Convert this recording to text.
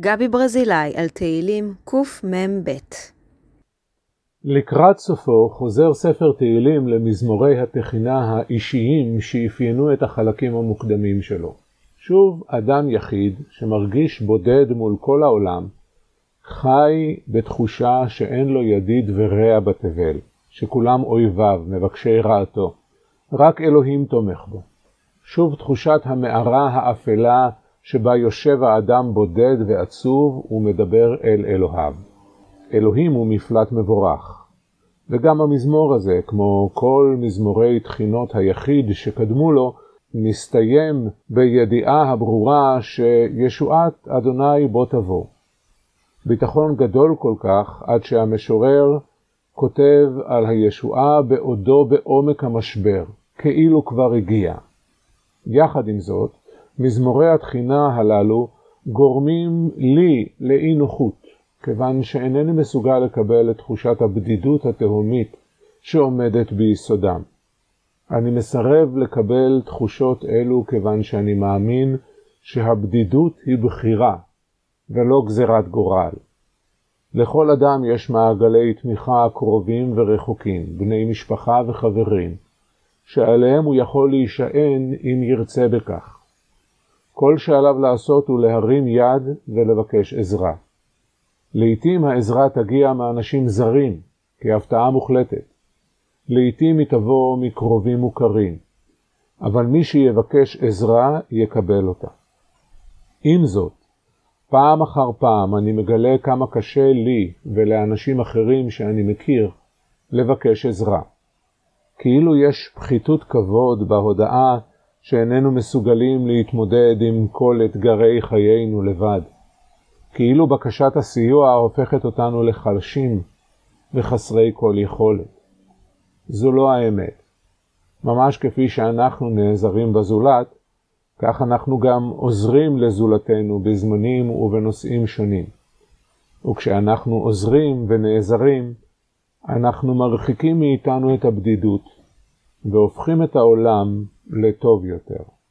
גבי ברזילי על תהילים קמ"ב. לקראת סופו חוזר ספר תהילים למזמורי התחינה האישיים שאפיינו את החלקים המוקדמים שלו. שוב אדם יחיד שמרגיש בודד מול כל העולם, חי בתחושה שאין לו ידיד ורע בתבל, שכולם אויביו, מבקשי רעתו, רק אלוהים תומך בו. שוב תחושת המערה האפלה שבה יושב האדם בודד ועצוב ומדבר אל אלוהיו. אלוהים הוא מפלט מבורך. וגם המזמור הזה, כמו כל מזמורי תחינות היחיד שקדמו לו, מסתיים בידיעה הברורה שישועת אדוני בוא תבוא. ביטחון גדול כל כך עד שהמשורר כותב על הישועה בעודו בעומק המשבר, כאילו כבר הגיע. יחד עם זאת, מזמורי התחינה הללו גורמים לי לאי נוחות, כיוון שאינני מסוגל לקבל את תחושת הבדידות התהומית שעומדת ביסודם. אני מסרב לקבל תחושות אלו כיוון שאני מאמין שהבדידות היא בחירה ולא גזירת גורל. לכל אדם יש מעגלי תמיכה קרובים ורחוקים, בני משפחה וחברים, שעליהם הוא יכול להישען אם ירצה בכך. כל שעליו לעשות הוא להרים יד ולבקש עזרה. לעתים העזרה תגיע מאנשים זרים, כהפתעה מוחלטת. לעתים היא תבוא מקרובים מוכרים, אבל מי שיבקש עזרה יקבל אותה. עם זאת, פעם אחר פעם אני מגלה כמה קשה לי ולאנשים אחרים שאני מכיר לבקש עזרה. כאילו יש פחיתות כבוד בהודעה שאיננו מסוגלים להתמודד עם כל אתגרי חיינו לבד. כאילו בקשת הסיוע הופכת אותנו לחלשים וחסרי כל יכולת. זו לא האמת. ממש כפי שאנחנו נעזרים בזולת, כך אנחנו גם עוזרים לזולתנו בזמנים ובנושאים שונים. וכשאנחנו עוזרים ונעזרים, אנחנו מרחיקים מאיתנו את הבדידות, והופכים את העולם לטוב יותר.